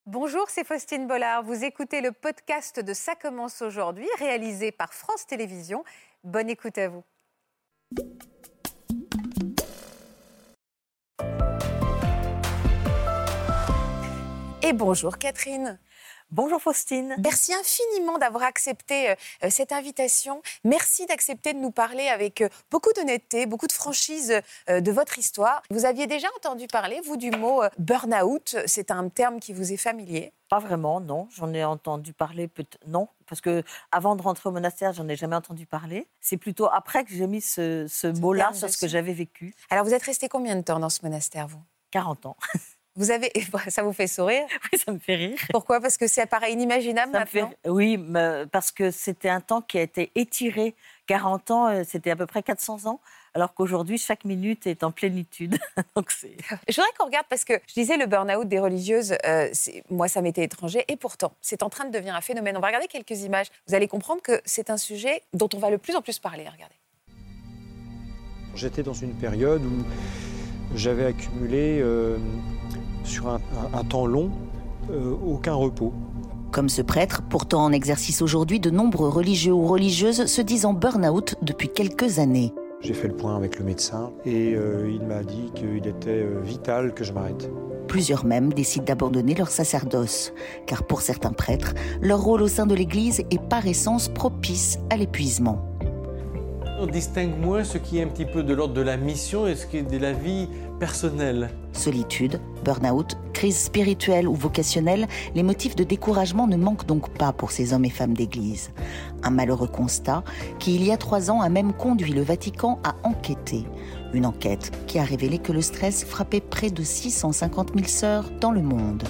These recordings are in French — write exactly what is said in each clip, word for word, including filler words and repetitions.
Bonjour, c'est Faustine Bollard. Vous écoutez le podcast de Ça commence aujourd'hui, réalisé par France Télévisions. Bonne écoute à vous. Et bonjour Catherine. Bonjour Faustine. Merci infiniment d'avoir accepté euh, cette invitation. Merci d'accepter de nous parler avec euh, beaucoup d'honnêteté, beaucoup de franchise euh, de votre histoire. Vous aviez déjà entendu parler, vous, du mot euh, burn-out. C'est un terme qui vous est familier? Pas vraiment, non. J'en ai entendu parler, peut- non. Parce que avant de rentrer au monastère, j'en ai jamais entendu parler. C'est plutôt après que j'ai mis ce, ce mot-là terme sur ce dessus. que j'avais vécu. Alors, vous êtes resté combien de temps dans ce monastère, vous? quarante ans. Vous avez... Ça vous fait sourire? Oui, ça me fait rire. Pourquoi? Parce que ça paraît inimaginable Ça me maintenant. fait... Oui, mais parce que c'était un temps qui a été étiré. quarante ans, euh, c'était à peu près quatre cents ans, alors qu'aujourd'hui, chaque minute est en plénitude. Donc c'est... Je voudrais qu'on regarde, parce que je disais le burn-out des religieuses, euh, c'est- moi ça m'était étranger, et pourtant c'est en train de devenir un phénomène. On va regarder quelques images. Vous allez comprendre que c'est un sujet dont on va le plus en plus parler. Regardez. J'étais dans une période où j'avais accumulé euh, sur un, un- un temps long euh, aucun repos. Comme ce prêtre, pourtant en exercice aujourd'hui, de nombreux religieux ou religieuses se disent en burn-out depuis quelques années. J'ai fait le point avec le médecin et euh, il m'a dit qu'il était euh, vital que je m'arrête. Plusieurs même décident d'abandonner leur sacerdoce, car pour certains prêtres, leur rôle au sein de l'Église est par essence propice à l'épuisement. On distingue moins ce qui est un petit peu de l'ordre de la mission et ce qui est de la vie personnelle. Solitude, burn-out, crise spirituelle ou vocationnelle, les motifs de découragement ne manquent donc pas pour ces hommes et femmes d'Église. Un malheureux constat qui, il y a trois ans, a même conduit le Vatican à enquêter. Une enquête qui a révélé que le stress frappait près de six cent cinquante mille sœurs dans le monde.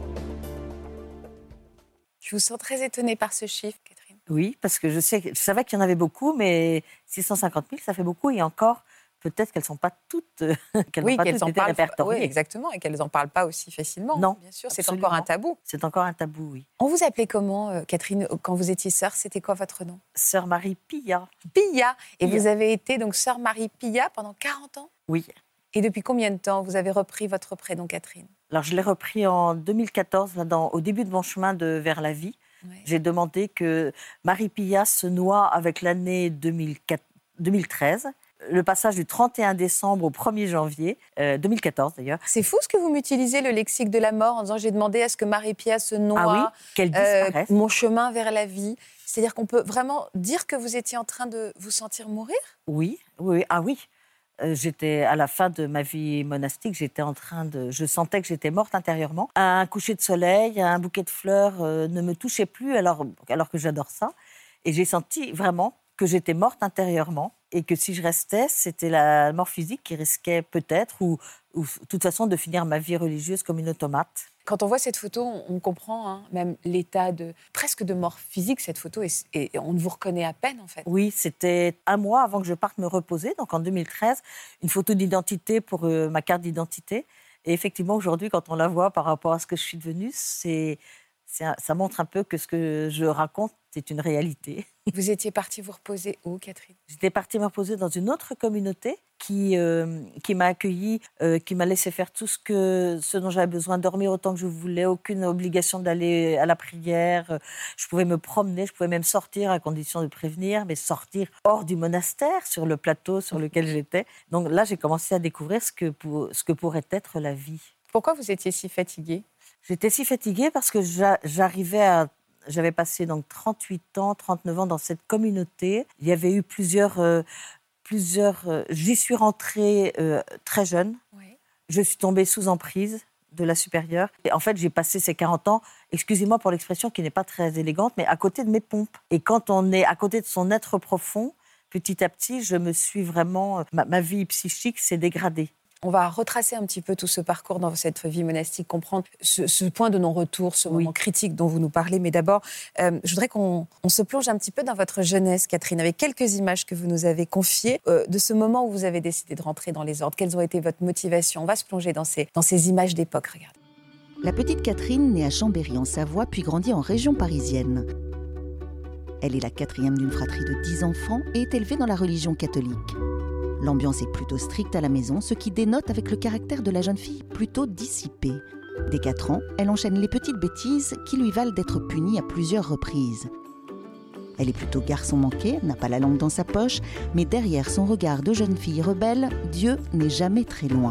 Je vous sens très étonnée par ce chiffre, Catherine. Oui, parce que je, sais, je savais qu'il y en avait beaucoup, mais six cent cinquante mille, ça fait beaucoup. Et encore, peut-être qu'elles ne sont pas toutes, euh, qu'elles Oui, n'ont pas qu'elles toutes en été parlent. répertoriées. Oui, exactement, et qu'elles n'en parlent pas aussi facilement. Non, bien sûr, c'est absolument. encore un tabou. C'est encore un tabou, oui. On vous appelait comment, euh, Catherine, quand vous étiez sœur? C'était quoi votre nom? Sœur Marie Pilla. Pilla. Et Pilla. vous avez été donc sœur Marie Pilla pendant quarante ans? Oui. Et depuis combien de temps vous avez repris votre prénom, Catherine? Alors, je l'ai repris en deux mille quatorze, là, dans, au début de mon chemin de vers la vie. Ouais. J'ai demandé que Marie Pilla se noie avec l'année deux mille quatre deux mille treize, le passage du trente et un décembre au premier janvier, euh, deux mille quatorze d'ailleurs. C'est fou ce que vous m'utilisez, le lexique de la mort, en disant j'ai demandé à ce que Marie Pia se noie, Ah oui, qu'elle euh, disparaisse. mon chemin vers la vie. C'est-à-dire qu'on peut vraiment dire que vous étiez en train de vous sentir mourir? Oui, oui, ah oui. Euh, j'étais à la fin de ma vie monastique, j'étais en train de, je sentais que j'étais morte intérieurement. Un coucher de soleil, un bouquet de fleurs euh, ne me touchait plus, alors, alors que j'adore ça. Et j'ai senti vraiment que j'étais morte intérieurement et que si je restais, c'était la mort physique qui risquait peut-être, ou, ou de toute façon, de finir ma vie religieuse comme une automate. Quand on voit cette photo, on, on comprend hein, même l'état de presque de mort physique, cette photo, et, et on ne vous reconnaît à peine en fait. Oui, c'était un mois avant que je parte me reposer, donc en deux mille treize, une photo d'identité pour euh, ma carte d'identité. Et effectivement, aujourd'hui, quand on la voit par rapport à ce que je suis devenue, c'est, c'est un- ça montre un peu que ce que je raconte est une réalité. Vous étiez partie vous reposer où, Catherine? J'étais partie me reposer dans une autre communauté qui, euh, qui m'a accueillie, euh, qui m'a laissé faire tout ce, que, ce dont j'avais besoin, dormir autant que je voulais, aucune obligation d'aller à la prière. Je pouvais me promener, je pouvais même sortir à condition de prévenir, mais sortir hors du monastère, sur le plateau sur lequel j'étais. Donc là, j'ai commencé à découvrir ce que, pour, ce que pourrait être la vie. Pourquoi vous étiez si fatiguée? J'étais si fatiguée parce que j'a- j'arrivais à... J'avais passé donc trente-huit ans, trente-neuf ans dans cette communauté. Il y avait eu plusieurs... euh, plusieurs euh, j'y suis rentrée euh, très jeune. Oui. Je suis tombée sous emprise de la supérieure. Et en fait, j'ai passé ces quarante ans, excusez-moi pour l'expression qui n'est pas très élégante, mais à côté de mes pompes. Et quand on est à côté de son être profond, petit à petit, je me suis vraiment... Ma, ma vie psychique s'est dégradée. On va retracer un petit peu tout ce parcours dans cette vie monastique, comprendre ce, ce point de non-retour, ce moment Oui. critique dont vous nous parlez. Mais d'abord, euh, je voudrais qu'on on se plonge un petit peu dans votre jeunesse, Catherine, avec quelques images que vous nous avez confiées euh, de ce moment où vous avez décidé de rentrer dans les ordres. Quelles ont été votre motivation? On va se plonger dans ces, dans ces images d'époque. Regardez. La petite Catherine naît à Chambéry en Savoie, puis grandit en région parisienne. Elle est la quatrième d'une fratrie de dix enfants et est élevée dans la religion catholique. L'ambiance est plutôt stricte à la maison, ce qui dénote avec le caractère de la jeune fille plutôt dissipée. Dès quatre ans, elle enchaîne les petites bêtises qui lui valent d'être punie à plusieurs reprises. Elle est plutôt garçon manqué, n'a pas la langue dans sa poche, mais derrière son regard de jeune fille rebelle, Dieu n'est jamais très loin.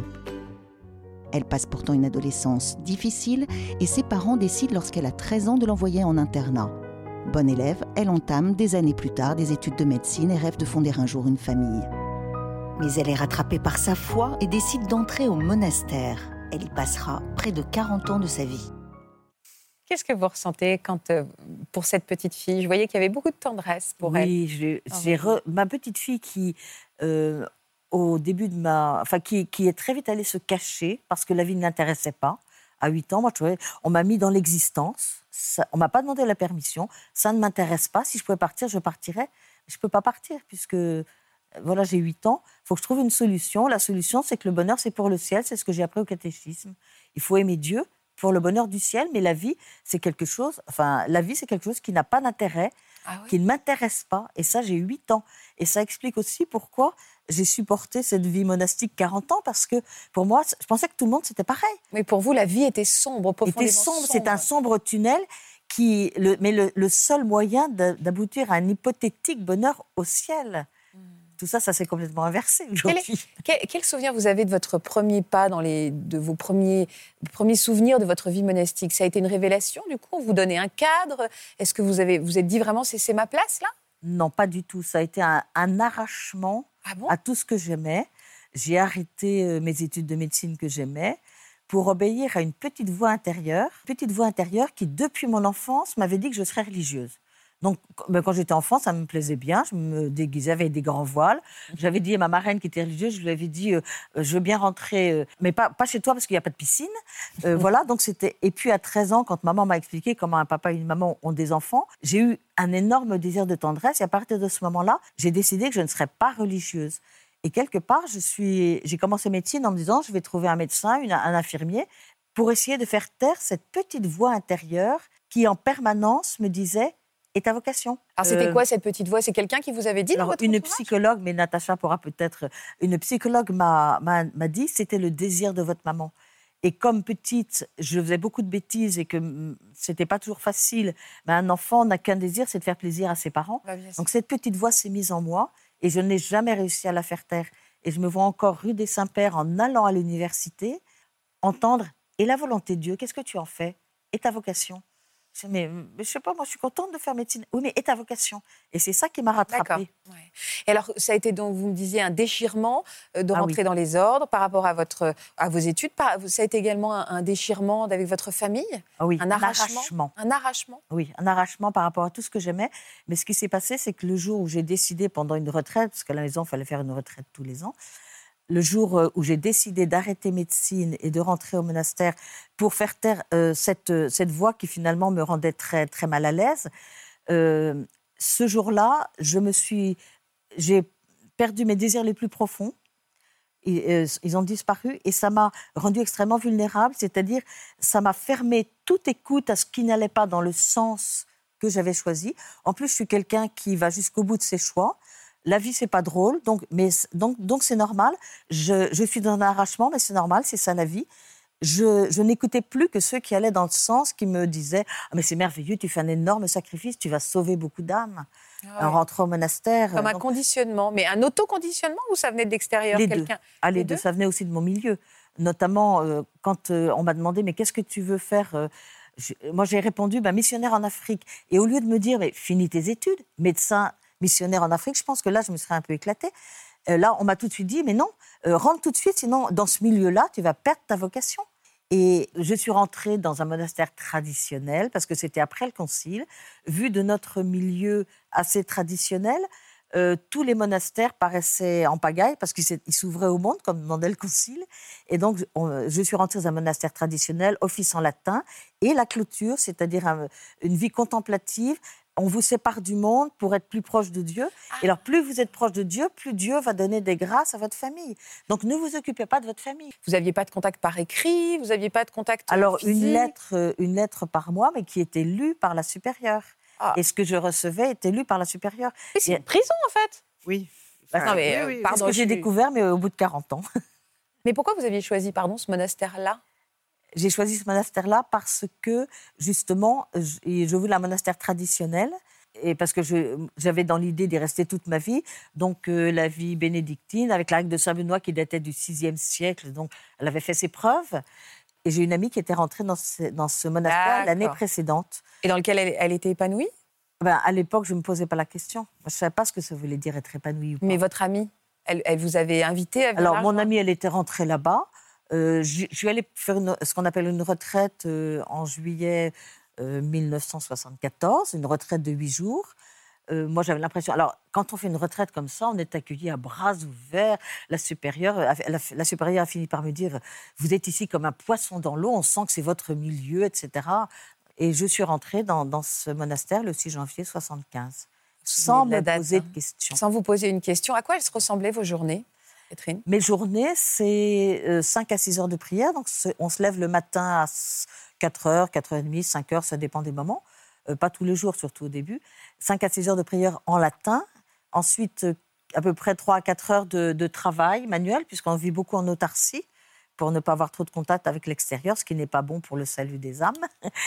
Elle passe pourtant une adolescence difficile et ses parents décident lorsqu'elle a treize ans de l'envoyer en internat. Bonne élève, elle entame des années plus tard des études de médecine et rêve de fonder un jour une famille. Mais elle est rattrapée par sa foi et décide d'entrer au monastère. Elle y passera près de quarante ans de sa vie. Qu'est-ce que vous ressentez quand, euh, pour cette petite fille? Je voyais qu'il y avait beaucoup de tendresse pour oui, elle. Oui, j'ai re... ma petite fille qui, euh, au début de ma... Enfin, qui, qui est très vite allée se cacher parce que la vie ne l'intéressait pas. À huit ans, moi, je trouvais, on m'a mis dans l'existence. Ça, on ne m'a pas demandé la permission. Ça ne m'intéresse pas. Si je pouvais partir, je partirais. Je ne peux pas partir puisque... Voilà, j'ai huit ans. Il faut que je trouve une solution. La solution, c'est que le bonheur, c'est pour le ciel. C'est ce que j'ai appris au catéchisme. Il faut aimer Dieu pour le bonheur du ciel, mais la vie, c'est quelque chose, enfin, la vie, c'est quelque chose qui n'a pas d'intérêt, ah oui. qui ne m'intéresse pas. Et ça, j'ai huit ans. Et ça explique aussi pourquoi j'ai supporté cette vie monastique quarante ans, parce que pour moi, je pensais que tout le monde, c'était pareil. Mais pour vous, la vie était sombre, profondément était sombre. sombre. C'est un sombre tunnel, qui, le, mais le, le seul moyen d'aboutir à un hypothétique bonheur au ciel. Tout ça, ça s'est complètement inversé aujourd'hui. Quel, quel souvenir vous avez de votre premier pas, dans les, de vos premiers, premiers souvenirs de votre vie monastique? Ça a été une révélation, du coup? On vous donnait un cadre? Est-ce que vous avez, vous êtes dit vraiment, c'est, c'est ma place, là? Non, pas du tout. Ça a été un, un arrachement ah bon à tout ce que j'aimais. J'ai arrêté euh, mes études de médecine que j'aimais pour obéir à une petite voix intérieure. Une petite voix intérieure qui, depuis mon enfance, m'avait dit que je serais religieuse. Donc, quand j'étais enfant, ça me plaisait bien. Je me déguisais avec des grands voiles. J'avais dit à ma marraine qui était religieuse, je lui avais dit, euh, je veux bien rentrer, euh, mais pas, pas chez toi parce qu'il n'y a pas de piscine. Euh, voilà, donc c'était... Et puis à treize ans, quand maman m'a expliqué comment un papa et une maman ont des enfants, j'ai eu un énorme désir de tendresse. Et à partir de ce moment-là, j'ai décidé que je ne serais pas religieuse. Et quelque part, je suis... j'ai commencé médecine en me disant, je vais trouver un médecin, une, un infirmier, pour essayer de faire taire cette petite voix intérieure qui, en permanence, me disait... Et ta vocation. Alors, c'était euh, quoi cette petite voix? C'est quelqu'un qui vous avait dit alors, dans votre une entourage? Psychologue, mais Natacha pourra peut-être... Une psychologue m'a, m'a, m'a dit c'était le désir de votre maman. Et comme petite, je faisais beaucoup de bêtises et que c'était pas toujours facile, mais un enfant n'a qu'un désir, c'est de faire plaisir à ses parents. Bah, donc cette petite voix s'est mise en moi et je n'ai jamais réussi à la faire taire. Et je me vois encore rue des Saints-Pères en allant à l'université, entendre « Et la volonté de Dieu, qu'est-ce que tu en fais? Et ta vocation ?» Je dis, mais, mais je sais pas, moi je suis contente de faire médecine. Oui, mais et ta vocation? Et c'est ça qui m'a rattrapée. Ouais. Et alors, ça a été donc, vous me disiez, un déchirement euh, de ah rentrer oui. dans les ordres par rapport à, votre, à vos études. Ça a été également un, un déchirement avec votre famille? ah oui, un arrachement, arrachement. Un arrachement. Oui, un arrachement par rapport à tout ce que j'aimais. Mais ce qui s'est passé, c'est que le jour où j'ai décidé, pendant une retraite, parce qu'à la maison, il fallait faire une retraite tous les ans, le jour où j'ai décidé d'arrêter médecine et de rentrer au monastère pour faire taire euh, cette, cette voix qui finalement me rendait très, très mal à l'aise, euh, ce jour-là, je me suis, j'ai perdu mes désirs les plus profonds. Et, euh, ils ont disparu et ça m'a rendue extrêmement vulnérable, c'est-à-dire ça m'a fermé toute écoute à ce qui n'allait pas dans le sens que j'avais choisi. En plus, je suis quelqu'un qui va jusqu'au bout de ses choix. La vie, c'est pas drôle, donc, mais, donc, donc c'est normal. Je, je suis dans un arrachement, mais c'est normal, c'est ça la vie. Je, je n'écoutais plus que ceux qui allaient dans le sens, qui me disaient ah, « mais c'est merveilleux, tu fais un énorme sacrifice, tu vas sauver beaucoup d'âmes ah, en ouais. rentrant au monastère. » Comme donc, un conditionnement, mais un autoconditionnement ou ça venait de l'extérieur? Les quelqu'un... deux. Ah, les, les deux, deux, ça venait aussi de mon milieu. Notamment, euh, quand euh, on m'a demandé « mais qu'est-ce que tu veux faire euh, ?» je, Moi, j'ai répondu bah, « missionnaire en Afrique ». Et au lieu de me dire « mais finis tes études, médecin, missionnaire en Afrique », je pense que là, je me serais un peu éclatée. Euh, là, on m'a tout de suite dit, mais non, euh, rentre tout de suite, sinon, dans ce milieu-là, tu vas perdre ta vocation. Et je suis rentrée dans un monastère traditionnel, parce que c'était après le concile. Vu de notre milieu assez traditionnel, euh, tous les monastères paraissaient en pagaille, parce qu'ils s'ouvraient au monde, comme demandait le concile. Et donc, on, je suis rentrée dans un monastère traditionnel, office en latin, et la clôture, c'est-à-dire un, une vie contemplative. On vous sépare du monde pour être plus proche de Dieu. Ah. Et alors, plus vous êtes proche de Dieu, plus Dieu va donner des grâces à votre famille. Donc, ne vous occupez pas de votre famille. Vous n'aviez pas de contact par écrit? Vous n'aviez pas de contact Alors, physique? une lettre, une lettre par mois, mais qui était lue par la supérieure. Ah. Et ce que je recevais était lu par la supérieure. Mais c'est Et... une prison, en fait. Oui. Enfin, non, mais, oui, oui. Pardon, c'est ce que j'ai suis... découvert, mais au bout de quarante ans. Mais pourquoi vous aviez choisi, pardon, ce monastère-là? J'ai choisi ce monastère-là parce que, justement, je, je voulais un monastère traditionnel. Et parce que je, j'avais dans l'idée d'y rester toute ma vie. Donc, euh, la vie bénédictine, avec la règle de Saint-Benoît qui datait du sixième siècle. Donc, elle avait fait ses preuves. Et j'ai une amie qui était rentrée dans ce, dans ce monastère D'accord. l'année précédente. Et dans lequel elle, elle était épanouie ? Ben, à l'époque, je ne me posais pas la question. Je ne savais pas ce que ça voulait dire être épanouie ou pas. Mais votre amie, elle, elle vous avait invité à venir Alors, mon amie, elle était rentrée là-bas. Euh, je, je suis allée faire une, ce qu'on appelle une retraite euh, en juillet euh, mille neuf cent soixante-quatorze, une retraite de huit jours. Euh, moi, j'avais l'impression... Alors, quand on fait une retraite comme ça, on est accueilli à bras ouverts. La supérieure, la, la supérieure a fini par me dire « Vous êtes ici comme un poisson dans l'eau, on sent que c'est votre milieu, et cetera » Et je suis rentrée dans, dans ce monastère le six janvier soixante-quinze, sans me date, poser hein. de questions. Sans vous poser une question. À quoi elles se ressemblaient, vos journées, Catherine ? Mes journées, c'est euh, cinq à six heures de prière. Donc, on se lève le matin à quatre heures, quatre heures trente, cinq heures, ça dépend des moments. Euh, pas tous les jours, surtout au début. cinq à six heures de prière en latin. Ensuite, euh, à peu près trois à quatre heures de, de travail manuel, puisqu'on vit beaucoup en autarcie, pour ne pas avoir trop de contact avec l'extérieur, ce qui n'est pas bon pour le salut des âmes.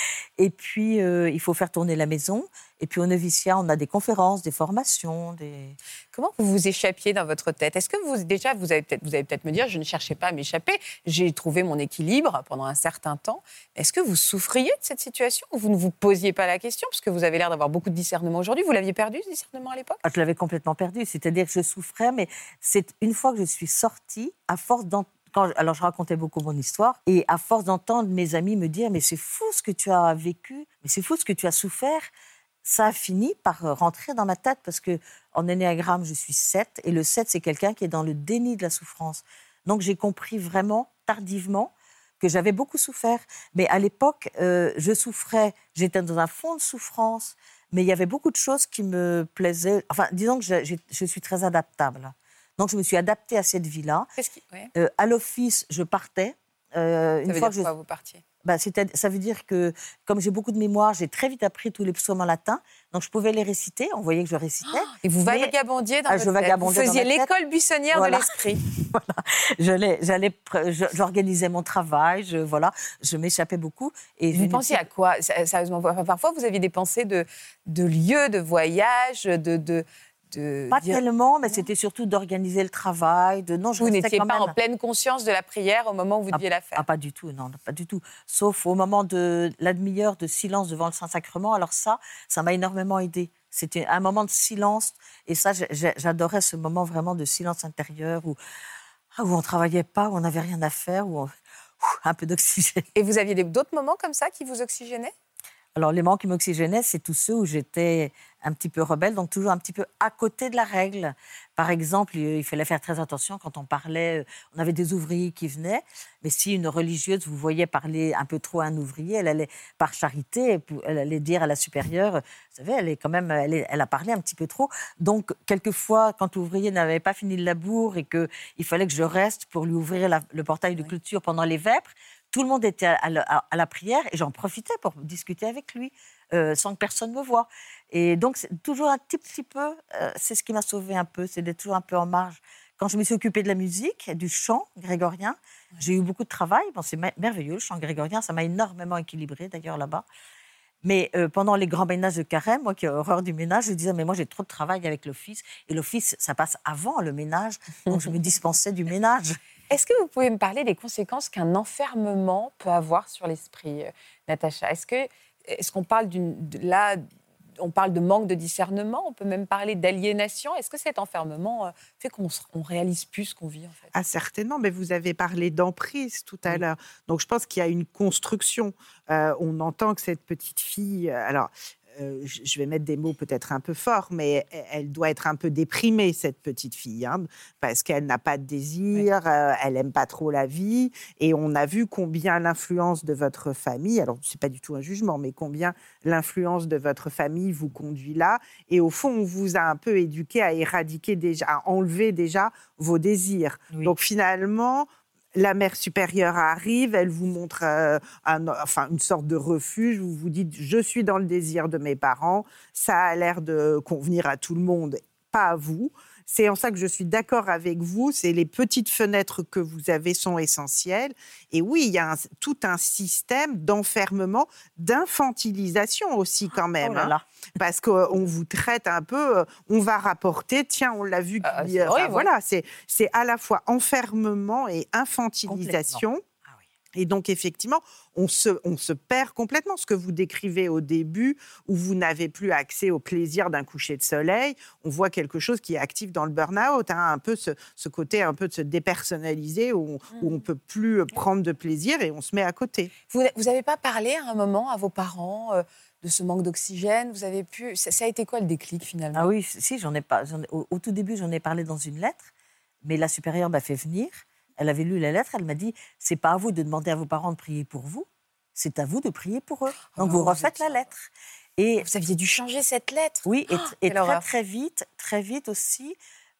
Et puis, euh, il faut faire tourner la maison. Et puis, au noviciat, on a des conférences, des formations. Des... Comment vous vous échappiez dans votre tête ? Est-ce que vous, déjà, vous allez peut-être, vous allez peut-être me dire, je ne cherchais pas à m'échapper, j'ai trouvé mon équilibre pendant un certain temps. Est-ce que vous souffriez de cette situation ou vous ne vous posiez pas la question ? Parce que vous avez l'air d'avoir beaucoup de discernement aujourd'hui. Vous l'aviez perdu, ce discernement, à l'époque ? Je l'avais complètement perdu. C'est-à-dire que je souffrais, mais c'est une fois que je suis sortie, à force d'entendre... Quand, alors, je racontais beaucoup mon histoire. Et à force d'entendre mes amis me dire « Mais c'est fou ce que tu as vécu, mais c'est fou ce que tu as souffert », ça a fini par rentrer dans ma tête parce qu'en ennéagramme, je suis sept. Et le sept, c'est quelqu'un qui est dans le déni de la souffrance. Donc, j'ai compris vraiment, tardivement, que j'avais beaucoup souffert. Mais à l'époque, euh, je souffrais. J'étais dans un fond de souffrance. Mais il y avait beaucoup de choses qui me plaisaient. Enfin, disons que je, je, je suis très adaptable. Donc, je me suis adaptée à cette vie-là. Qu'est-ce qui... ouais. euh, à l'office, je partais. Euh, ça une veut fois dire que quoi, je... vous partiez ? bah, ça veut dire que, comme j'ai beaucoup de mémoire, j'ai très vite appris tous les psaumes en latin. Donc, je pouvais les réciter. On voyait que je récitais. Oh, et vous vagabondiez dans ah, votre je vagabondais tête. Vous faisiez dans l'école buissonnière voilà. de l'esprit. Voilà. J'allais, j'allais, j'organisais mon travail. Je, voilà, je m'échappais beaucoup. Et vous pensiez à quoi ? Sérieusement, parfois, vous aviez des pensées de, de lieux, de voyages, de... de... De pas dire... tellement, mais c'était surtout d'organiser le travail. De... Non, je vous n'étiez quand pas même... en pleine conscience de la prière au moment où vous ah, deviez la faire. Ah, pas du tout, non, pas du tout. Sauf au moment de la demi-heure de silence devant le Saint-Sacrement. Alors ça, ça m'a énormément aidée. C'était un moment de silence. Et ça, j'adorais ce moment vraiment de silence intérieur où, où on ne travaillait pas, où on n'avait rien à faire, où on... un peu d'oxygène. Et vous aviez d'autres moments comme ça qui vous oxygénaient ? Alors, les moments qui m'oxygénaient, c'est tous ceux où j'étais un petit peu rebelle, donc toujours un petit peu à côté de la règle. Par exemple, il fallait faire très attention quand on parlait, on avait des ouvriers qui venaient, mais si une religieuse vous voyait parler un peu trop à un ouvrier, elle allait, par charité, elle allait dire à la supérieure, vous savez, elle, est quand même, elle, est, elle a parlé un petit peu trop. Donc, quelquefois, quand l'ouvrier n'avait pas fini le labour et qu'il fallait que je reste pour lui ouvrir la, le portail de clôture pendant les vêpres, tout le monde était à, à, à la prière et j'en profitais pour discuter avec lui euh, sans que personne me voie. Et donc, c'est toujours un petit, petit peu, euh, c'est ce qui m'a sauvée un peu, c'est d'être toujours un peu en marge. Quand je me suis occupée de la musique, du chant grégorien, ouais. j'ai eu beaucoup de travail. Bon, c'est merveilleux, le chant grégorien, ça m'a énormément équilibrée d'ailleurs là-bas. Mais euh, pendant les grands ménages de carême, moi qui ai horreur du ménage, je disais, mais moi j'ai trop de travail avec l'office. Et l'office, ça passe avant le ménage, donc je me dispensais du ménage. Est-ce que vous pouvez me parler des conséquences qu'un enfermement peut avoir sur l'esprit, euh, Natacha ? Est-ce que, est-ce qu'on parle d'une, de, là, on parle de manque de discernement, on peut même parler d'aliénation. Est-ce que cet enfermement euh, fait qu'on ne réalise plus ce qu'on vit en fait ? Ah, certainement, mais vous avez parlé d'emprise tout à oui. l'heure. Donc je pense qu'il y a une construction. Euh, on entend que cette petite fille... Euh, alors, Euh, je vais mettre des mots peut-être un peu forts, mais elle doit être un peu déprimée, cette petite fille, hein, parce qu'elle n'a pas de désir, oui. euh, elle n'aime pas trop la vie, et on a vu combien l'influence de votre famille, alors ce n'est pas du tout un jugement, mais combien l'influence de votre famille vous conduit là, et au fond, on vous a un peu éduqué à éradiquer déjà, à enlever déjà vos désirs. Oui. Donc finalement... La mère supérieure arrive, elle vous montre euh, un, enfin, une sorte de refuge. Vous vous dites, je suis dans le désir de mes parents. Ça a l'air de convenir à tout le monde, pas à vous. c'est en ça que je suis d'accord avec vous. C'est les petites fenêtres que vous avez sont essentielles. Et oui, il y a un, tout un système d'enfermement, d'infantilisation aussi quand même. Oh là là. Hein, parce qu'on vous traite un peu, on va rapporter, tiens, on l'a vu. Ah, qu'il- c'est enfin, horrible, voilà, c'est, c'est à la fois enfermement et infantilisation. Ah oui. Et donc, effectivement, on se, on se perd complètement. Ce que vous décrivez au début, où vous n'avez plus accès au plaisir d'un coucher de soleil, on voit quelque chose qui est actif dans le burn-out, hein, un peu ce, ce côté un peu de se dépersonnaliser, où, on- où on ne peut plus prendre de plaisir et on se met à côté. Vous n'avez pas parlé à un moment à vos parents euh, de ce manque d'oxygène? Vous avez pu... Ça, ça a été quoi le déclic finalement? Ah oui, si, j'en ai pas. j'en ai- au, au tout début, j'en ai parlé dans une lettre, mais la supérieure m'a fait venir. Elle avait lu la lettre, elle m'a dit « C'est pas à vous de demander à vos parents de prier pour vous, c'est à vous de prier pour eux. Donc Oh, vous vous refaites êtes- la lettre. » Et Vous aviez dû changer cette lettre? oui, et, Oh, tr- et quelle très horreur. très vite, très vite aussi,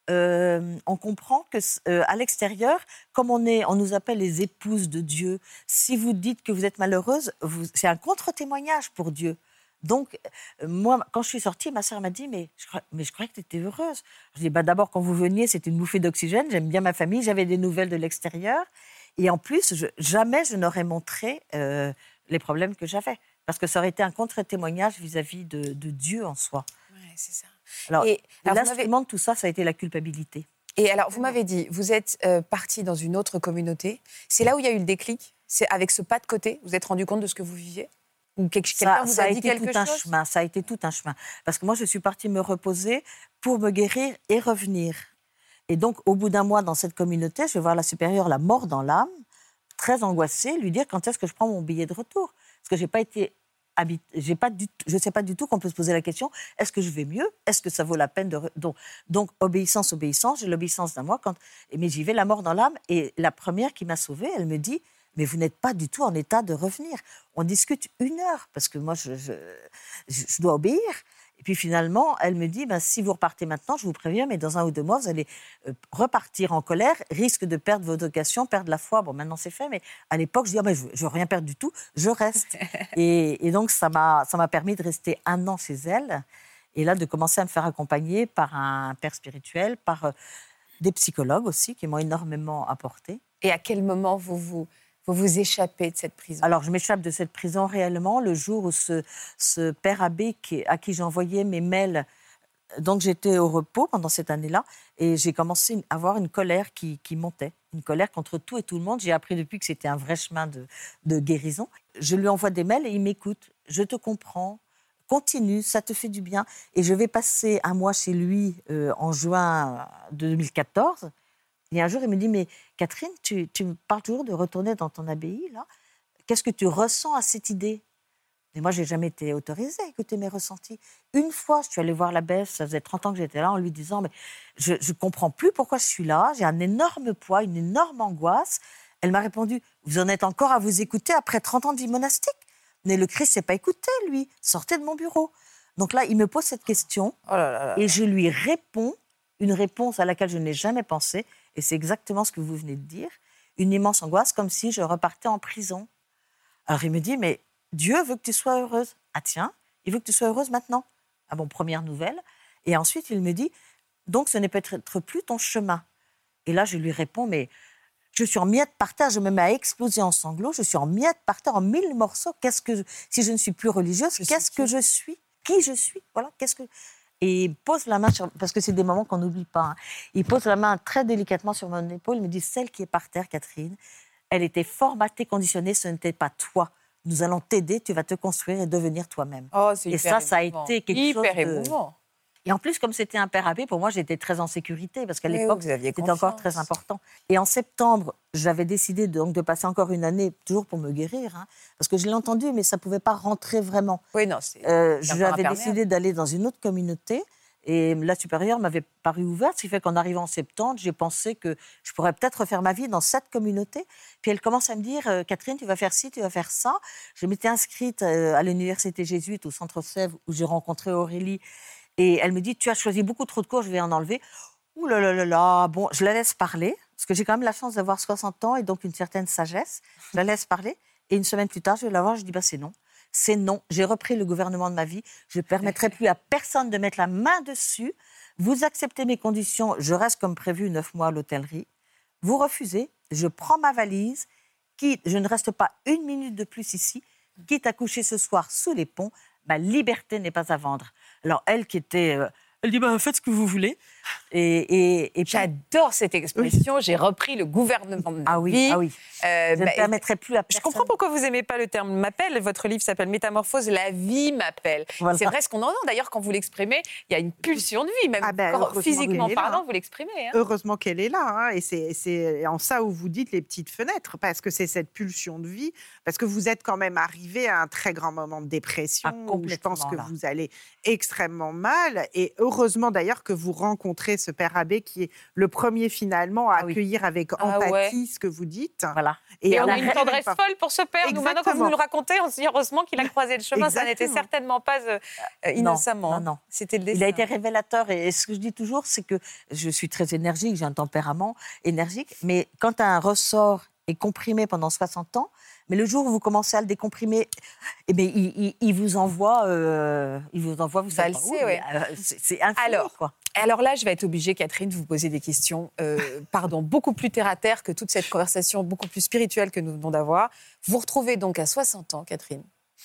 euh, on comprend que euh, à l'extérieur, comme on est, on nous appelle les épouses de Dieu. Si vous dites que vous êtes malheureuse, vous- c'est un contre-témoignage pour Dieu. Donc, euh, moi, quand je suis sortie, ma sœur m'a dit, mais je, crois- mais je croyais que tu étais heureuse. Je dis, bah, d'abord, quand vous veniez, c'était une bouffée d'oxygène. J'aime bien ma famille, j'avais des nouvelles de l'extérieur. Et en plus, je- jamais je n'aurais montré euh, les problèmes que j'avais. Parce que ça aurait été un contre-témoignage vis-à-vis de, de Dieu en soi. Ouais, c'est ça. Alors, Et alors, vous m'avez- l'instrument de tout ça, ça a été la culpabilité. Et alors, vous m'avez dit, vous êtes euh, parti dans une autre communauté. C'est là où il y a eu le déclic? C'est avec ce pas de côté, vous vous êtes rendu compte de ce que vous viviez? Ou quelque- quelqu'un Ça, vous ça a, a dit été quelque tout un chose? chemin. Ça a été tout un chemin. Parce que moi, je suis partie me reposer pour me guérir et revenir. Et donc, au bout d'un mois dans cette communauté, je vais voir la supérieure, la mort dans l'âme, très angoissée, lui dire quand est-ce que je prends mon billet de retour. Parce que j'ai pas été habit- j'ai pas du... je ne sais pas du tout qu'on peut se poser la question, est-ce que je vais mieux? Est-ce que ça vaut la peine de... re- Donc, donc obéissance, obéissance, j'ai l'obéissance d'un mois, quand... mais j'y vais la mort dans l'âme. Et la première qui m'a sauvée, elle me dit, mais vous n'êtes pas du tout en état de revenir. On discute une heure, parce que moi, je, je, je- je dois obéir. Et puis finalement, elle me dit, ben, si vous repartez maintenant, je vous préviens, mais dans un ou deux mois, vous allez euh, repartir en colère, risque de perdre votre vocation, perdre la foi. Bon, maintenant c'est fait, mais à l'époque, je dis, ah, ben, je ne veux rien perdre du tout, je reste. et, et donc, ça m'a ça m'a permis de rester un an chez elle, et là, de commencer à me faire accompagner par un père spirituel, par euh, des psychologues aussi, qui m'ont énormément apporté. Et à quel moment vous vous, vous, vous échappez de cette prison? Alors, je m'échappe de cette prison réellement le jour où ce, ce père abbé qui, à qui j'envoyais mes mails. Donc, j'étais au repos pendant cette année-là et j'ai commencé à avoir une colère qui, qui montait, une colère contre tout et tout le monde. J'ai appris depuis que c'était un vrai chemin de, de guérison. Je lui envoie des mails et il m'écoute. Je te comprends, continue, ça te fait du bien. Et je vais passer un mois chez lui euh, en juin deux mille quatorze. Et un jour, il me dit, mais Catherine, tu, tu me parles toujours de retourner dans ton abbaye, là. Qu'est-ce que tu ressens à cette idée? Et moi, je n'ai jamais été autorisée à écouter mes ressentis. Une fois, je suis allée voir l'abbesse, ça faisait trente ans que j'étais là, en lui disant, mais je ne comprends plus pourquoi je suis là, j'ai un énorme poids, une énorme angoisse. Elle m'a répondu, vous en êtes encore à vous écouter après trente ans de vie monastique? Mais le Christ ne s'est pas écouté, lui. Sortez de mon bureau. Donc là, il me pose cette question Oh là là là. et je lui réponds une réponse à laquelle je n'ai jamais pensé. Et c'est exactement ce que vous venez de dire. Une immense angoisse, comme si je repartais en prison. Alors il me dit, mais Dieu veut que tu sois heureuse. Ah tiens, il veut que tu sois heureuse maintenant. Ah bon, première nouvelle. Et ensuite, il me dit, donc ce n'est peut-être plus ton chemin. Et là, je lui réponds, mais je suis en miettes par terre, je me mets à exploser en sanglots, je suis en miettes par terre, en mille morceaux. Qu'est-ce que je... Si je ne suis plus religieuse, Je qu'est-ce suis que qui je suis? Qui je suis? Voilà, qu'est-ce que... Et il pose la main sur... Parce que c'est des moments qu'on n'oublie pas. Hein. Il pose la main très délicatement sur mon épaule. Il me dit, celle qui est par terre, Catherine, elle était formatée, conditionnée, ce n'était pas toi. Nous allons t'aider, tu vas te construire et devenir toi-même. Oh, c'est Et hyper ça, ça a émouvant. été quelque hyper chose de- émouvant. Et en plus, comme c'était un père abbé, pour moi, j'étais très en sécurité, parce qu'à Oui, l'époque, vous aviez c'était encore confiance. très important. Et en septembre, j'avais décidé de, donc, de passer encore une année, toujours pour me guérir, hein, parce que je l'ai entendu, mais ça ne pouvait pas rentrer vraiment. Oui, non, c'est... Euh, c'est encore J'avais imperméable. décidé d'aller dans une autre communauté, et la supérieure m'avait paru ouverte, ce qui fait qu'en arrivant en septembre, j'ai pensé que je pourrais peut-être refaire ma vie dans cette communauté. Puis elle commence à me dire, euh, Catherine, tu vas faire ci, tu vas faire ça. Je m'étais inscrite euh, à l'université jésuite au Centre Sèvres, où j'ai rencontré Aurélie. Et elle me dit, tu as choisi beaucoup trop de cours, je vais en enlever. Ouh là là là là, bon, je la laisse parler, parce que j'ai quand même la chance d'avoir soixante ans et donc une certaine sagesse. Je la laisse parler. Et une semaine plus tard, je vais la voir, je dis, bah, c'est non. C'est non. J'ai repris le gouvernement de ma vie. Je ne permettrai plus à personne de mettre la main dessus. vous acceptez mes conditions, je reste comme prévu neuf mois à l'hôtellerie. Vous refusez, je prends ma valise, quitte, je ne reste pas une minute de plus ici, quitte à coucher ce soir sous les ponts, ma liberté n'est pas à vendre. » Alors elle qui était... Euh, elle dit bah, « faites ce que vous voulez ». Et, et, et puis... J'adore cette expression. Oui. J'ai repris le gouvernement de ma ah oui, vie. Ah oui, euh, je bah, ne permettrai plus à personne. Je comprends pourquoi vous n'aimez pas le terme « m'appelle ». Votre livre s'appelle « Métamorphose, la vie m'appelle voilà. ». C'est vrai ce qu'on entend. D'ailleurs, quand vous l'exprimez, il y a une pulsion de vie. Même ah ben, physiquement parlant, vous l'exprimez. Hein. Heureusement qu'elle est là. Hein. Et c'est, c'est en ça où vous dites les petites fenêtres. Parce que c'est cette pulsion de vie. Parce que vous êtes quand même arrivé à un très grand moment de dépression. Ah, où je pense que là. Vous allez extrêmement mal. Et heureusement d'ailleurs que vous rencontrez ce père abbé qui est le premier finalement à ah oui. accueillir avec empathie ah ouais. ce que vous dites. Voilà. Et, et on a une tendresse pas... folle pour ce père. Nous, maintenant, quand vous nous le racontez, on se dit heureusement qu'il a croisé le chemin. Exactement. Ça n'était certainement pas euh, innocemment. Non, non, non. C'était le destin. Il a été révélateur. Et ce que je dis toujours, c'est que je suis très énergique, j'ai un tempérament énergique. Mais quand un ressort est comprimé pendant soixante ans, mais le jour où vous commencez à le décomprimer, eh bien, il, il, il vous envoie, euh, il vous envoie, vous savez, où, ouais. euh, c'est, c'est infini, alors, quoi. Alors là, je vais être obligée, Catherine, de vous poser des questions, euh, pardon, beaucoup plus terre à terre que toute cette conversation, beaucoup plus spirituelle que nous venons d'avoir. Vous vous retrouvez donc à soixante ans, Catherine.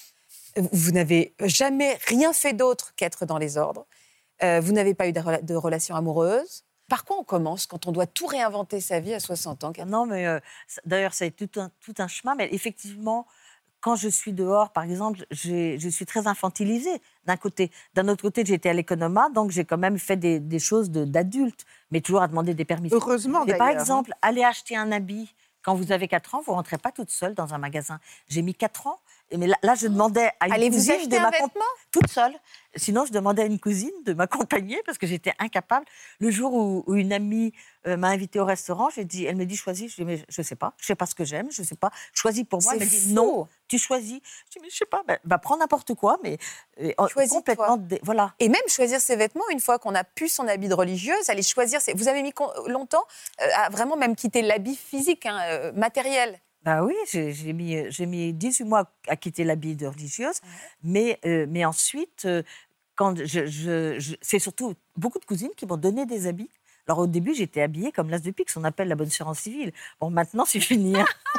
Vous n'avez jamais rien fait d'autre qu'être dans les ordres. Euh, vous n'avez pas eu de, rela- de relation amoureuse. Par quoi on commence quand on doit tout réinventer sa vie à soixante ans? Non, mais euh, d'ailleurs, ça a été tout un, tout un chemin. Mais effectivement, quand je suis dehors, par exemple, j'ai, je suis très infantilisée d'un côté. D'un autre côté, j'étais à l'économat, donc j'ai quand même fait des, des choses de, d'adulte, mais toujours à demander des permissions. Heureusement, mais d'ailleurs. Par exemple, aller acheter un habit, quand vous avez quatre ans, vous ne rentrez pas toute seule dans un magasin. J'ai mis quatre ans. Mais là, là, je demandais à une Allez cousine vous acheter de un m'accomp- vêtement toute seule. Sinon, je demandais à une cousine de m'accompagner parce que j'étais incapable. Le jour où, où une amie euh, m'a invitée au restaurant, j'ai dit, elle me dit choisis. Je dis mais je sais pas, je sais pas ce que j'aime, je sais pas. Choisis pour moi. C'est elle me dit fou. non, tu choisis. Je dis mais je sais pas, ben, va prendre n'importe quoi, mais euh, complètement dé- voilà. Et même choisir ses vêtements une fois qu'on a pu son habit de religieuse, aller choisir. Ses... Vous avez mis con- longtemps euh, à vraiment même quitter l'habit physique, hein, euh, matériel. Ben oui, j'ai, j'ai, mis, j'ai mis dix-huit mois à quitter l'habit de religieuse, ouais. mais, euh, mais ensuite, euh, quand je, je, je, c'est surtout beaucoup de cousines qui m'ont donné des habits. Alors au début, j'étais habillée comme l'as de pique, ce qu'on appelle la bonne sœur en civil. Bon, maintenant, c'est fini.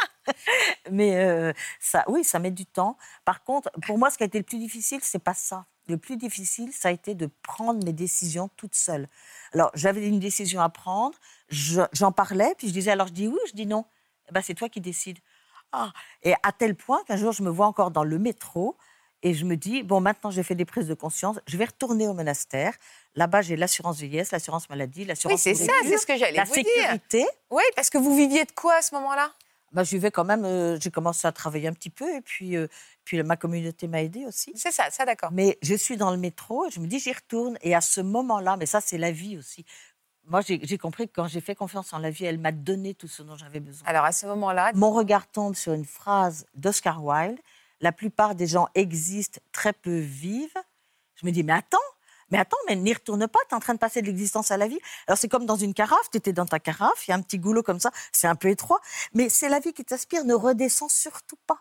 mais euh, ça, oui, ça met du temps. Par contre, pour moi, ce qui a été le plus difficile, c'est pas ça. Le plus difficile, ça a été de prendre mes décisions toute seule. Alors, j'avais une décision à prendre, je, j'en parlais, puis je disais, alors je dis oui, je dis non. Eh ben, c'est toi qui décides. Ah. Et à tel point qu'un jour, je me vois encore dans le métro et je me dis, bon, maintenant, j'ai fait des prises de conscience, je vais retourner au monastère. Là-bas, j'ai l'assurance vieillesse, l'assurance maladie, l'assurance... Oui, c'est ça, c'est ce que j'allais la vous sécurité. dire. Oui, parce que vous viviez de quoi à ce moment-là? Ben, je vivais quand même, euh, j'ai commencé à travailler un petit peu et puis, euh, puis ma communauté m'a aidée aussi. C'est ça, ça d'accord. Mais je suis dans le métro et je me dis, j'y retourne. Et à ce moment-là, mais ça, c'est la vie aussi. Moi, j'ai, j'ai compris que quand j'ai fait confiance en la vie, elle m'a donné tout ce dont j'avais besoin. Alors, à ce moment-là... Mon regard tombe sur une phrase d'Oscar Wilde. La plupart des gens existent, très peu vivent. Je me dis, mais attends, mais attends, mais n'y retourne pas, tu es en train de passer de l'existence à la vie. Alors, c'est comme dans une carafe, tu étais dans ta carafe, il y a un petit goulot comme ça, c'est un peu étroit, mais c'est la vie qui t'aspire, ne redescends surtout pas.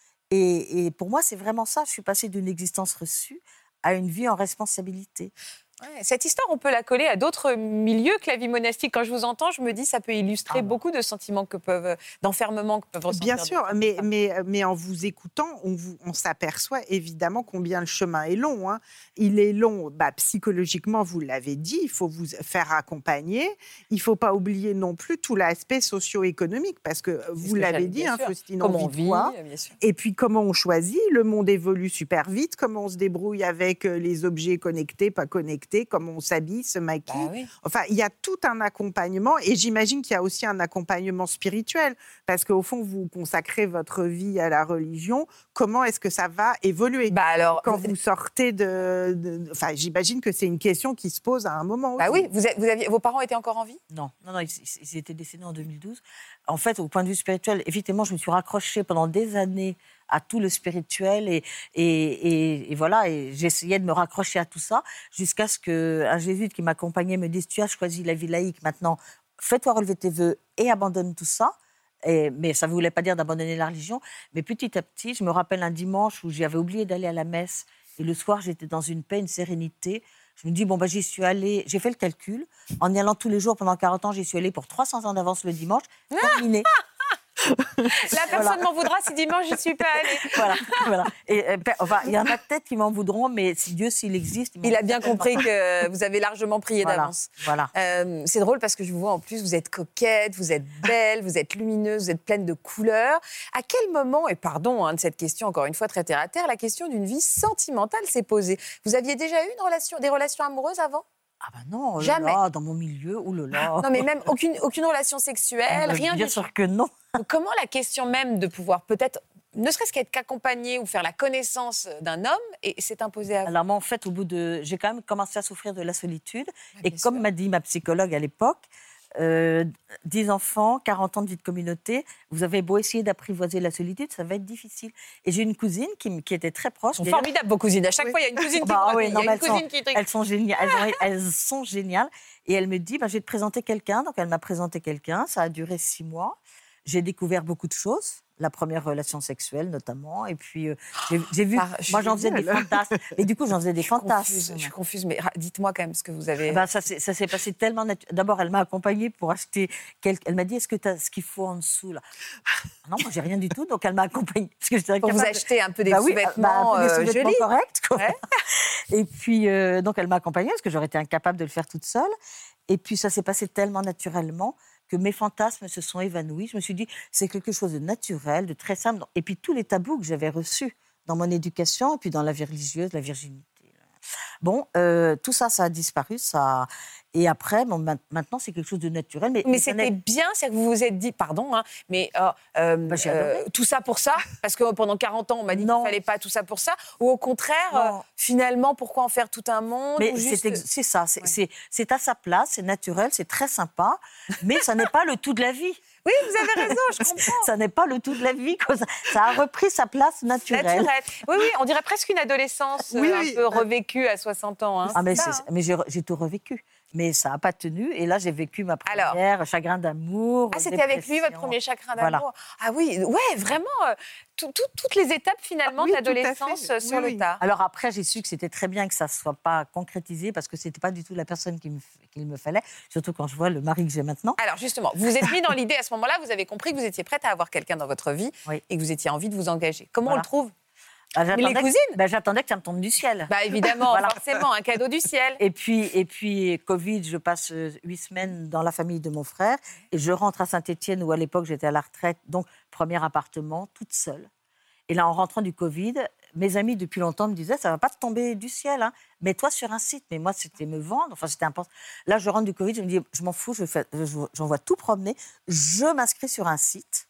Et, et pour moi, c'est vraiment ça. Je suis passée d'une existence reçue à une vie en responsabilité. Ouais, cette histoire, on peut la coller à d'autres milieux que la vie monastique. Quand je vous entends, je me dis ça peut illustrer ah bon. beaucoup de sentiments que peuvent, d'enfermement que peuvent ressentir. Bien sûr, mais, mais, mais en vous écoutant, on, vous, on s'aperçoit évidemment combien le chemin est long. Hein. Il est long, bah, psychologiquement, vous l'avez dit, il faut vous faire accompagner. Il ne faut pas oublier non plus tout l'aspect socio-économique, parce que C'est vous que l'avez dit, hein, Faustine, on vit quoi. Bien sûr. Et puis comment on choisit, le monde évolue super vite, comment on se débrouille avec les objets connectés, pas connectés, comment on s'habille, se maquille. Bah oui. Enfin, il y a tout un accompagnement et j'imagine qu'il y a aussi un accompagnement spirituel parce qu'au fond, vous consacrez votre vie à la religion. Comment est-ce que ça va évoluer bah alors, quand vous sortez de, de... Enfin, j'imagine que c'est une question qui se pose à un moment. Bah aussi. oui, vous, êtes, vous aviez, vos parents étaient encore en vie? Non, non, non, ils, ils étaient décédés en deux mille douze. En fait, au point de vue spirituel, effectivement, je me suis raccrochée pendant des années à tout le spirituel et, et, et, et voilà, et j'essayais de me raccrocher à tout ça jusqu'à ce qu'un jésuite qui m'accompagnait me dise « Tu as choisi la vie laïque, maintenant fais-toi relever tes vœux et abandonne tout ça ». Et, mais ça ne voulait pas dire d'abandonner la religion. Mais petit à petit, je me rappelle un dimanche où j'avais oublié d'aller à la messe et le soir, j'étais dans une paix, une sérénité. Je me dis, bon, bah, j'y suis allée, j'ai fait le calcul. En y allant tous les jours pendant quarante ans, j'y suis allée pour trois cents ans d'avance le dimanche. Terminé. La personne voilà. m'en voudra si dimanche je ne suis pas allée. Voilà, voilà. Et, euh, enfin, il y en a peut-être qui m'en voudront, mais si Dieu, s'il existe... Il, il a bien compris que vous avez largement prié voilà, d'avance. Voilà. Euh, c'est drôle parce que je vous vois en plus, vous êtes coquette, vous êtes belle, vous êtes lumineuse, vous êtes pleine de couleurs. À quel moment, et pardon hein, de cette question encore une fois très terre à terre, la question d'une vie sentimentale s'est posée. Vous aviez déjà eu une relation, des relations amoureuses avant ? Ah ben non, jamais. Là, dans mon milieu, oulala. Non mais même aucune, aucune relation sexuelle, ah, rien bien du sûr tout. que non. Donc, comment la question même de pouvoir peut-être, ne serait-ce qu'être qu'accompagné ou faire la connaissance d'un homme, et s'est imposée à vous? Alors moi, en fait, au bout de... J'ai quand même commencé à souffrir de la solitude. Ah, et comme m'a dit ma psychologue à l'époque, euh, dix enfants, quarante ans de vie de communauté, vous avez beau essayer d'apprivoiser la solitude, ça va être difficile. Et j'ai une cousine qui, qui était très proche. Elles sont formidables, vos cousines. À chaque oui. fois, il y a une cousine qui bah, est oui, non, il y a une elles cousine sont, qui est elles sont géniales. Elles, ont, elles sont géniales. Et elle me dit, bah, je vais te présenter quelqu'un. Donc elle m'a présenté quelqu'un. Ça a duré six mois. J'ai découvert beaucoup de choses. La première relation sexuelle, notamment. Et puis, euh, j'ai, j'ai vu... Ah, moi, j'en faisais des fantasmes. Et du coup, j'en faisais des je fantasmes. Confuse, je suis confuse, mais dites-moi quand même ce que vous avez... Ben, ça, c'est, ça s'est passé tellement... Natu... D'abord, elle m'a accompagnée pour acheter... Quel... Elle m'a dit, est-ce que tu as ce qu'il faut en dessous là? Non, moi, j'ai rien du tout. Donc, elle m'a accompagnée. Parce que j'étais pour capable vous acheter un peu des bah, sous-vêtements, oui, bah, un peu des sous-vêtements jolis. corrects. Ouais. Et puis, euh, donc, elle m'a accompagnée parce que j'aurais été incapable de le faire toute seule. Et puis, ça s'est passé tellement naturellement que mes fantasmes se sont évanouis. Je me suis dit, c'est quelque chose de naturel, de très simple. Et puis, tous les tabous que j'avais reçus dans mon éducation et puis dans la vie religieuse, la virginité. Bon, euh, tout ça, ça a disparu. Ça... Et après, bon, maintenant, c'est quelque chose de naturel. Mais, mais c'était bien, c'est que vous vous êtes dit, pardon, hein, mais euh, euh, bah, euh, tout ça pour ça, parce que pendant quarante ans, on m'a dit non. qu'il ne fallait pas tout ça pour ça, ou au contraire, euh, finalement, pourquoi en faire tout un monde? Mais ou juste... c'est, ex- c'est ça, c'est, ouais. c'est, c'est à sa place, c'est naturel, c'est très sympa, mais ça n'est pas le tout de la vie. Oui, vous avez raison, je comprends. Ça n'est pas le tout de la vie. Ça, ça a repris sa place naturelle. Naturelle. Oui, oui, on dirait presque une adolescence oui, euh, oui. un peu revécue à soixante ans. Hein. Ah, mais, ça, c'est, hein. mais j'ai, j'ai tout revécu. Mais ça n'a pas tenu. Et là, j'ai vécu ma première Alors, chagrin d'amour. Ah, c'était dépression. avec lui votre premier chagrin d'amour. Voilà. Ah oui, ouais, vraiment. Euh, tout, tout, toutes les étapes finalement ah, oui, de l'adolescence oui, sur oui. le tas. Alors après, j'ai su que c'était très bien que ça ne soit pas concrétisé parce que ce n'était pas du tout la personne qu'il me, qu'il me fallait. Surtout quand je vois le mari que j'ai maintenant. Alors justement, vous vous êtes mis dans l'idée à ce moment-là, vous avez compris que vous étiez prête à avoir quelqu'un dans votre vie oui. et que vous étiez envie de vous engager. Comment voilà. on le trouve? Ah, les cousines que, bah, j'attendais que ça me tombe du ciel. Bah évidemment, voilà. Forcément, un cadeau du ciel. Et puis, et puis, Covid, je passe huit semaines dans la famille de mon frère et je rentre à Saint-Étienne où à l'époque j'étais à la retraite, donc premier appartement, toute seule. Et là, en rentrant du Covid, mes amis depuis longtemps me disaient, ça va pas te tomber du ciel, hein. Mets-toi sur un site. Mais moi, c'était me vendre. Enfin, c'était important. Là, je rentre du Covid, je me dis, je m'en fous, je fais, je, j'envoie tout promener. Je m'inscris sur un site.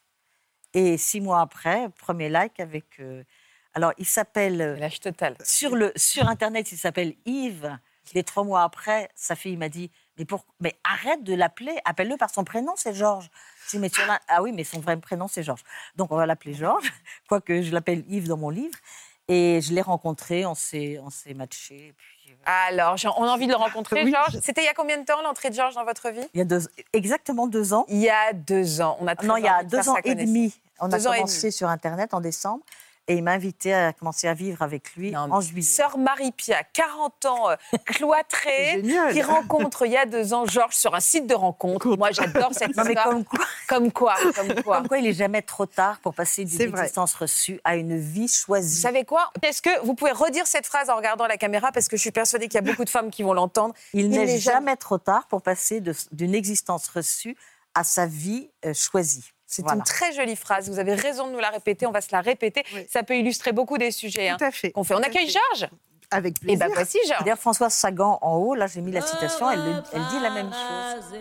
Et six mois après, premier like avec. Euh, alors, il s'appelle. L'âge total. Sur, le, sur Internet, il s'appelle Yves. Les trois mois après, sa fille m'a dit, mais, pour, mais arrête de l'appeler, appelle-le par son prénom, c'est Georges. Je dis, mais sur la... Ah oui, mais son vrai prénom, c'est Georges. Donc, on va l'appeler Georges, quoique je l'appelle Yves dans mon livre. Et je l'ai rencontré, on s'est, on s'est matchés. Puis... Alors, on a envie de le rencontrer, oui. Georges. C'était il y a combien de temps, l'entrée de Georges dans votre vie? Il y a deux, exactement deux ans. Il y a deux ans. On a très non, il y a envie de deux faire ans sa et demi. On deux a commencé sur Internet en décembre. Et il m'a invité à commencer à vivre avec lui non, en juillet. Sœur Marie-Pia, quarante ans, euh, cloîtrée, qui rencontre il y a deux ans Georges sur un site de rencontre. Cool. Moi, j'adore cette non, histoire. Mais comme quoi, comme quoi, comme quoi. Comme quoi, il n'est jamais trop tard pour passer d'une existence reçue à une vie choisie. Vous savez quoi? Est-ce que vous pouvez redire cette phrase en regardant la caméra? Parce que je suis persuadée qu'il y a beaucoup de femmes qui vont l'entendre. Il, il n'est, n'est jamais... jamais trop tard pour passer de, d'une existence reçue à sa vie euh, choisie. C'est voilà. une très jolie phrase. Vous avez raison de nous la répéter. On va se la répéter. Oui. Ça peut illustrer beaucoup des sujets. Tout hein, à fait. Qu'on fait. On accueille Georges. Avec plaisir. Et bien voici Georges. D'ailleurs, Françoise Sagan en haut, là j'ai mis la citation, elle, le, elle dit la même chose.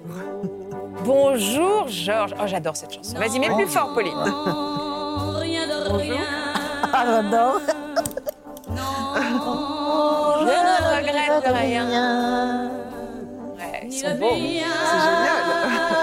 Bonjour Georges. Oh, j'adore cette chanson. Vas-y, mets plus fort, Pauline. Rien de rien. Ah, j'adore. Je ne regrette rien. Ouais, ils sont beaux. C'est génial.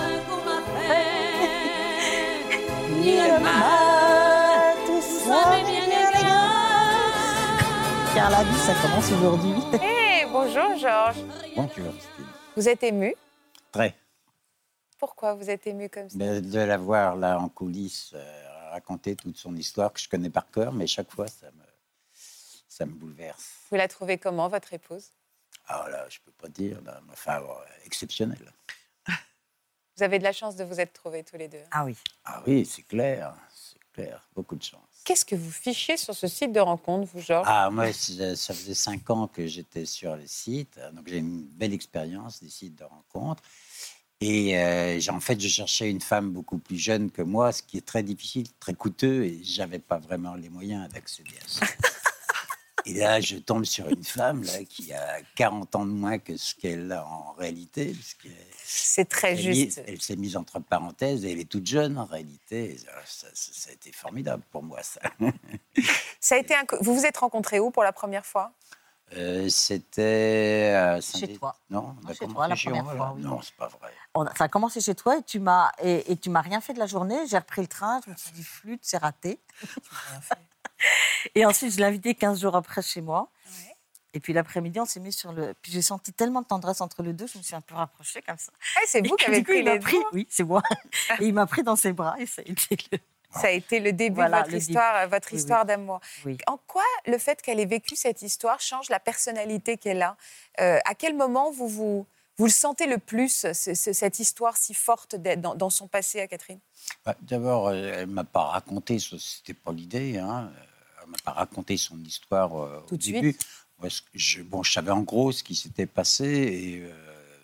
Car la vie, ça commence aujourd'hui. Hey, bonjour Georges. Bonjour. Vous êtes ému? Très. Pourquoi vous êtes ému comme ça? De, de la voir là en coulisses euh, raconter toute son histoire que je connais par cœur, mais chaque fois ça me ça me bouleverse. Vous la trouvez comment, votre épouse? Alors là, je ne peux pas dire, là, enfin, euh, exceptionnelle. Vous avez de la chance de vous être trouvés tous les deux. Ah oui. Ah oui, c'est clair, c'est clair, beaucoup de chance. Qu'est-ce que vous fichez sur ce site de rencontre, vous, Georges? Ah, moi, ça faisait cinq ans que j'étais sur les sites, donc j'ai une belle expérience des sites de rencontre. Et euh, en fait, je cherchais une femme beaucoup plus jeune que moi, ce qui est très difficile, très coûteux, et je n'avais pas vraiment les moyens d'accéder à ça. Et là, je tombe sur une femme là, qui a quarante ans de moins que ce qu'elle a en réalité. C'est très juste. Mise, elle s'est mise entre parenthèses et elle est toute jeune en réalité. Ça, ça, ça a été formidable pour moi, ça. Ça a été un... Vous vous êtes rencontrés où pour la première fois? euh, C'était... Euh, chez toi. Non, non chez toi, la première fois, oui. Non, c'est pas vrai. On a... Ça a commencé chez toi et tu m'as et, et tu m'as rien fait de la journée. J'ai repris le train, je me suis dit, flûte, c'est raté. Rien fait. Et ensuite, je l'ai invité quinze jours après chez moi. Ouais. Et puis l'après-midi, on s'est mis sur le... Puis j'ai senti tellement de tendresse entre les deux, je me suis un peu rapprochée comme ça. Ah, c'est vous qui avez pris les pris, Oui, c'est moi. Et il m'a pris dans ses bras et ça a été le... Ça a été le début voilà, de votre histoire, début. votre histoire oui, oui. d'amour. Oui. En quoi le fait qu'elle ait vécu cette histoire change la personnalité qu'elle a? euh, À quel moment vous, vous, vous le sentez le plus, ce, ce, cette histoire si forte dans, dans son passé à Catherine? bah, D'abord, elle ne m'a pas raconté, ce n'était pas l'idée, hein. Elle ne m'a pas raconté son histoire euh, Tout au de début. Suite. Moi, je, bon, je savais en gros ce qui s'était passé et euh,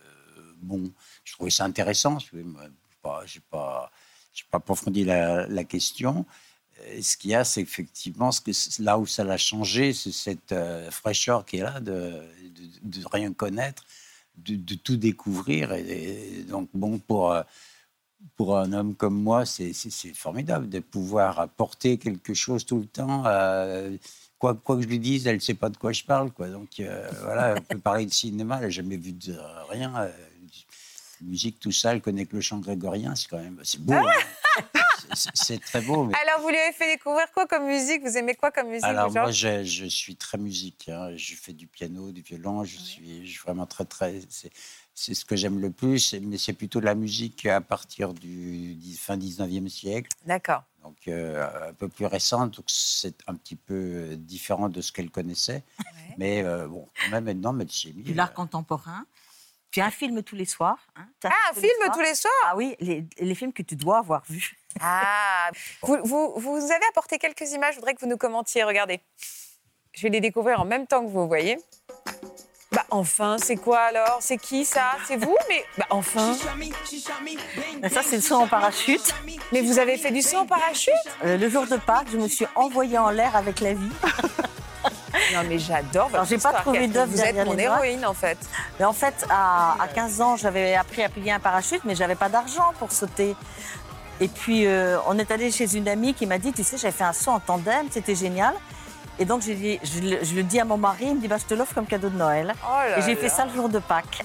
bon, je trouvais ça intéressant. Je n'ai pas, pas, pas approfondi la, la question. Et ce qu'il y a, c'est effectivement, ce que, là où ça l'a changé, c'est cette euh, fraîcheur qui est là de, de, de rien connaître, de, de tout découvrir. Et, et donc, bon, pour... Euh, Pour un homme comme moi, c'est formidable de pouvoir apporter quelque chose tout le temps. Euh, quoi, quoi que je lui dise, elle ne sait pas de quoi je parle. Quoi. Donc euh, voilà, on peut parler de cinéma, elle n'a jamais vu de rien. Euh, musique, tout ça, elle connaît que le chant grégorien. C'est quand même c'est beau. Hein. C'est très beau. Mais... Alors, vous lui avez fait découvrir quoi comme musique? Vous aimez quoi comme musique? Alors, moi, je, je suis très musique. Hein. Je fais du piano, du violon. Je, oui. suis, je suis vraiment très, très... C'est ce que j'aime le plus, mais c'est plutôt de la musique à partir du fin dix-neuvième siècle. D'accord. Donc euh, un peu plus récente, donc c'est un petit peu différent de ce qu'elle connaissait. Ouais. Mais euh, bon, quand même maintenant, elle s'y est mis. Du l'art euh... contemporain. Tu as un film tous les soirs. Hein, ah, un film tous les, tous les soirs? Ah oui, les, les films que tu dois avoir vus. Ah, vous, vous, vous avez apporté quelques images, je voudrais que vous nous commentiez. Regardez. Je vais les découvrir en même temps que vous, voyez. Bah enfin, c'est quoi alors? C'est qui ça? C'est vous? Mais bah enfin. Ça, c'est le saut en parachute. Mais vous avez fait du saut en parachute? euh, Le jour de Pâques, je me suis envoyée en l'air avec la vie. Non mais j'adore votre j'ai pas trouvé d'œuvre. Vous êtes mon héroïne en fait. Mais en fait, à, à quinze ans, j'avais appris à plier un parachute, mais j'avais pas d'argent pour sauter. Et puis, euh, on est allé chez une amie qui m'a dit, tu sais, j'avais fait un saut en tandem, c'était génial. Et donc, j'ai dit, je, le, je le dis à mon mari, il me dit, bah, je te l'offre comme cadeau de Noël. Oh et j'ai fait ça le jour de Pâques.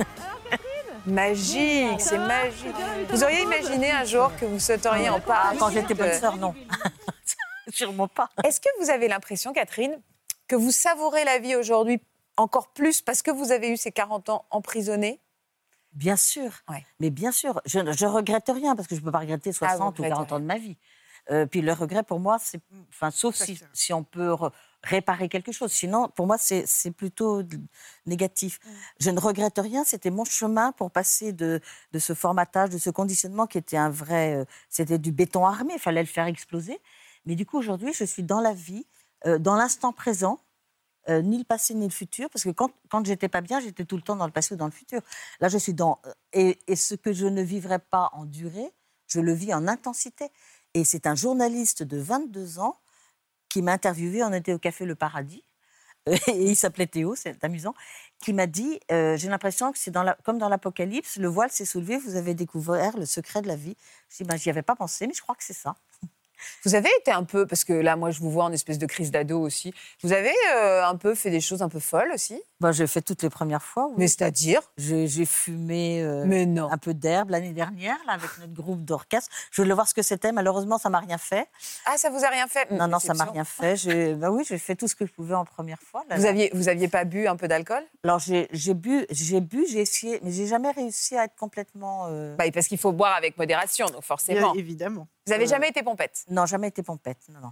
Magique, c'est magique. Vous auriez imaginé un jour que vous sauteriez en parachute? Quand j'étais bonne sœur, non. Sûrement pas. Est-ce que vous avez l'impression, Catherine, que vous savourez la vie aujourd'hui encore plus parce que vous avez eu ces quarante ans emprisonnés? Bien sûr, ouais. mais bien sûr. Je ne regrette rien parce que je ne peux pas regretter soixante ah, ou quarante ans de ma vie. Euh, puis le regret, pour moi, c'est... Enfin, sauf si, si on peut réparer quelque chose. Sinon, pour moi, c'est plutôt négatif. Mm. Je ne regrette rien. C'était mon chemin pour passer de, de ce formatage, de ce conditionnement qui était un vrai... Euh, c'était du béton armé, il fallait le faire exploser. Mais du coup, aujourd'hui, je suis dans la vie, euh, dans l'instant présent, euh, ni le passé ni le futur, parce que quand, quand j'étais pas bien, j'étais tout le temps dans le passé ou dans le futur. Là, je suis dans... Et, et ce que je ne vivrais pas en durée, je le vis en intensité. Et c'est un journaliste de vingt-deux ans qui m'a interviewé, on était au Café Le Paradis, euh, et il s'appelait Théo, c'est amusant, qui m'a dit, euh, j'ai l'impression que c'est dans la, comme dans l'Apocalypse, le voile s'est soulevé, vous avez découvert le secret de la vie. Je dis, ben, j'y avais pas pensé, mais je crois que c'est ça. Vous avez été un peu, parce que là, moi, je vous vois en espèce de crise d'ado aussi, vous avez euh, un peu fait des choses un peu folles aussi? Ben, j'ai fait toutes les premières fois. Oui. Mais c'est-à-dire? J'ai fumé euh, Mais non. un peu d'herbe l'année dernière, là, avec notre groupe d'orchestre. Je voulais voir ce que c'était, malheureusement, ça ne m'a rien fait. Ah, ça vous a rien fait? Non, non, ça ne m'a rien fait. Ben oui, j'ai fait tout ce que je pouvais en première fois. Là, vous, là. Aviez, vous aviez pas bu un peu d'alcool? Alors, j'ai bu, j'ai bu, j'ai essayé, mais j'ai jamais réussi à être complètement... Euh... Bah, parce qu'il faut boire avec modération, donc forcément. Bien, évidemment. Vous n'avez euh... jamais été pompette? Non, jamais été pompette, non, non.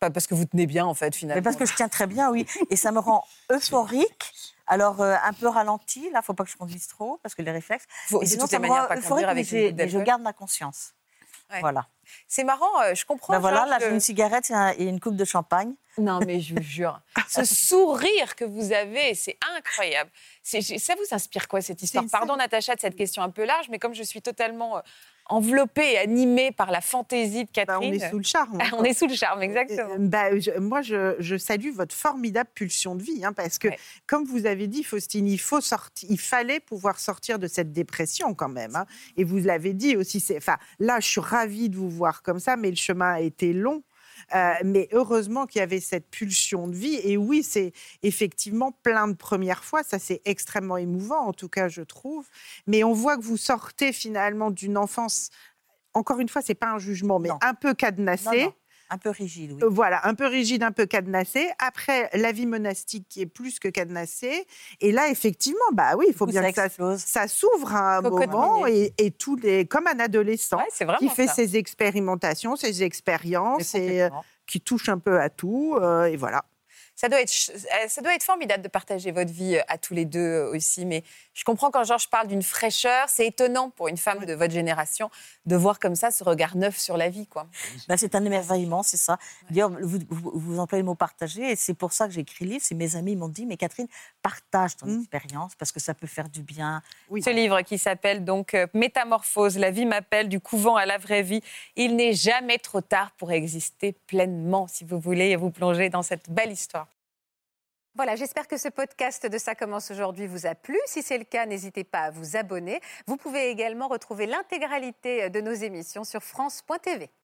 Pas parce que vous tenez bien, en fait, finalement. Mais parce que je tiens très bien, oui. Et ça me rend euphorique. Alors, euh, un peu ralenti, là, il ne faut pas que je conduise trop, parce que les réflexes. Faut, Et de sinon, toutes ça les me manières, rend pas euphorique, conduire mais avec une j'ai- goutte mais je d'alcool. garde ma conscience. Ouais. Voilà. C'est marrant, euh, je comprends. Ben voilà, Georges, là, j'ai que- une cigarette et, un- et une coupe de champagne. Non, mais je vous jure, ce sourire que vous avez, c'est incroyable. C'est- ça vous inspire quoi, cette histoire? C'est- Pardon, Natacha, de cette question un peu large, mais comme je suis totalement euh, enveloppée et animée par la fantaisie de Bah, on Catherine... est sous le charme. hein. on est sous le charme, exactement. Euh, bah, je- moi, je, je salue votre formidable pulsion de vie, hein, parce que, Ouais. comme vous avez dit, Faustine, il, faut sorti- il fallait pouvoir sortir de cette dépression quand même. hein. Et vous l'avez dit aussi, c'est, enfin, là, je suis ravie de vous voir comme ça, mais le chemin a été long. Euh, mais heureusement qu'il y avait cette pulsion de vie. Et oui, c'est effectivement plein de premières fois. Ça, c'est extrêmement émouvant, en tout cas, je trouve. Mais on voit que vous sortez finalement d'une enfance, encore une fois, c'est pas un jugement, mais Non. un peu cadenassée. Non, non. Un peu rigide, oui. Euh, Voilà, un peu rigide, un peu cadenassé. Après, la vie monastique qui est plus que cadenassée. Et là, effectivement, bah oui, il faut Du coup, bien ça que ça, explose. ça s'ouvre à un Faut moment continuer. et, et tous les, comme un adolescent Ouais, c'est vraiment qui fait ça. ses expérimentations, ses Mais expériences et euh, complètement. qui touche un peu à tout. euh, et voilà. Ça doit, être, ch- euh, ça doit être formidable de partager votre vie euh, à tous les deux euh, aussi. Mais je comprends quand Georges parle d'une fraîcheur. C'est étonnant pour une femme de votre génération de voir comme ça ce regard neuf sur la vie, quoi. Ben, c'est un émerveillement, c'est ça. D'ailleurs, vous, vous, vous employez le mot partager, et c'est pour ça que j'ai écrit le livre. C'est mes amis m'ont dit, mais Catherine, partage ton Mm. expérience, parce que ça peut faire du bien. Ce livre qui s'appelle donc euh, Métamorphose, la vie m'appelle, du couvent à la vraie vie. Il n'est jamais trop tard pour exister pleinement, si vous voulez vous plonger dans cette belle histoire. Voilà, j'espère que ce podcast de Ça commence aujourd'hui vous a plu. Si c'est le cas, n'hésitez pas à vous abonner. Vous pouvez également retrouver l'intégralité de nos émissions sur France point T V.